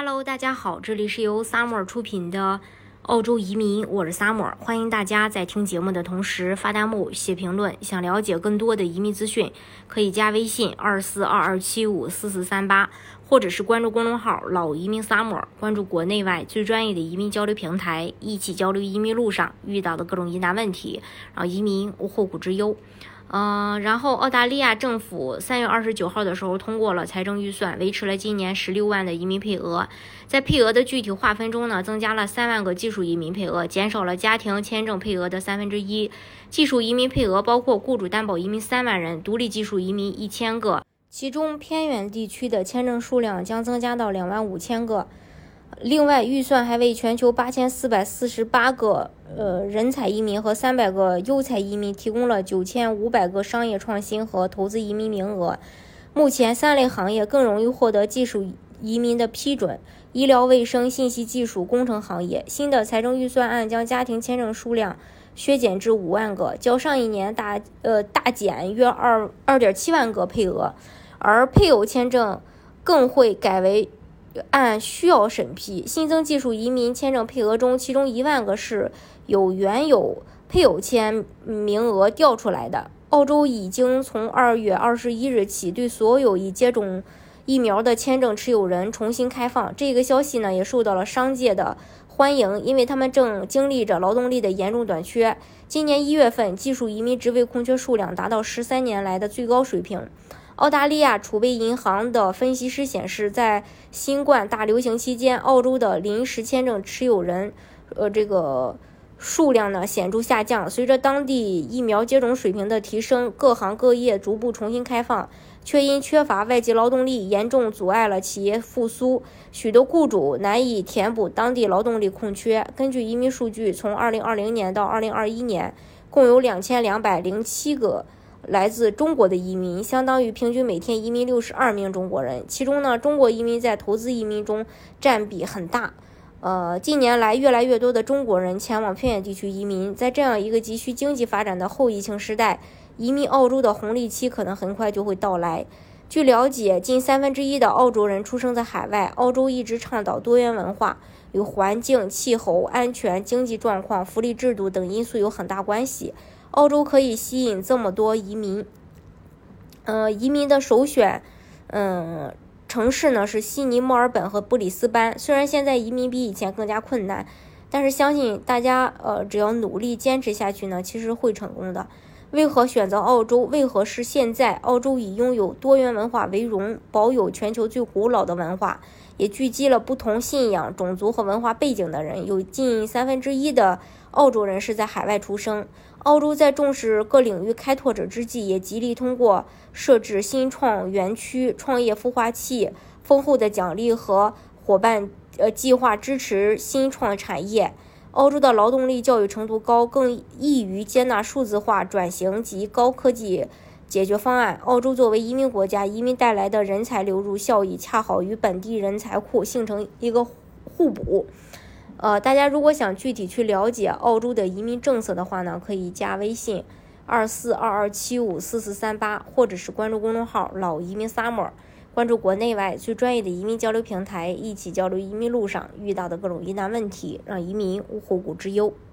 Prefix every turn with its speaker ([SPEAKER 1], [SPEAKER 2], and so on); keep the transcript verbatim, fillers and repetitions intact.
[SPEAKER 1] Hello， 大家好，这里是由 Summer 出品的澳洲移民，我是 Summer， 欢迎大家在听节目的同时发弹幕、写评论。想了解更多的移民资讯，可以加微信二四二二七五四四三八，或者是关注公众号老移民 Summer， 关注国内外最专业的移民交流平台，一起交流移民路上遇到的各种疑难问题，让移民无后顾之忧。嗯、呃，然后澳大利亚政府三月二十九号的时候通过了财政预算，维持了今年十六万的移民配额。在配额的具体划分中呢，增加了三万个技术移民配额，减少了家庭签证配额的三分之一。技术移民配额包括雇主担保移民三万人，独立技术移民一千个，其中偏远地区的签证数量将增加到两万五千个。另外，预算还为全球八千四百四十八个呃人才移民和三百个优才移民提供了九千五百个商业创新和投资移民名额。目前三类行业更容易获得技术移民的批准：医疗卫生、信息技术、工程行业。新的财政预算案将家庭签证数量削减至五万个，较上一年大呃大减约二二点七万个配额，而配偶签证更会改为按需要审批。新增技术移民签证配额中，其中一万个是有原有配偶签名额调出来的。澳洲已经从二月二十一日起对所有已接种疫苗的签证持有人重新开放。这个消息呢，也受到了商界的欢迎，因为他们正经历着劳动力的严重短缺。今年一月份，技术移民职位空缺数量达到十三年来的最高水平。澳大利亚储备银行的分析师显示，在新冠大流行期间，澳洲的临时签证持有人，呃，这个数量呢显著下降。随着当地疫苗接种水平的提升，各行各业逐步重新开放，却因缺乏外籍劳动力，严重阻碍了企业复苏。许多雇主难以填补当地劳动力空缺。根据移民数据，从二零二零年到二零二一年，共有两千两百零七个来自中国的移民，相当于平均每天移民六十二名中国人。其中呢，中国移民在投资移民中占比很大。呃，近年来越来越多的中国人前往偏远地区移民。在这样一个急需经济发展的后疫情时代，移民澳洲的红利期可能很快就会到来。据了解，近三分之一的澳洲人出生在海外。澳洲一直倡导多元文化，与环境、气候、安全、经济状况、福利制度等因素有很大关系。澳洲可以吸引这么多移民，呃，移民的首选，嗯，城市呢是悉尼、墨尔本和布里斯班。虽然现在移民比以前更加困难，但是相信大家，呃，只要努力坚持下去呢，其实会成功的。为何选择澳洲？为何是现在？澳洲以拥有多元文化为荣，保有全球最古老的文化，也聚集了不同信仰、种族和文化背景的人，有近三分之一的澳洲人是在海外出生。澳洲在重视各领域开拓者之际，也极力通过设置新创园区、创业孵化器、丰厚的奖励和伙伴呃计划支持新创产业。澳洲的劳动力教育程度高，更易于接纳数字化转型及高科技解决方案。澳洲作为移民国家，移民带来的人才流入效益恰好与本地人才库形成一个互补。呃，大家如果想具体去了解澳洲的移民政策的话呢，可以加微信二四二二七五四四三八，或者是关注公众号老移民 Summer， 关注国内外最专业的移民交流平台，一起交流移民路上遇到的各种疑难问题，让移民无后顾之忧。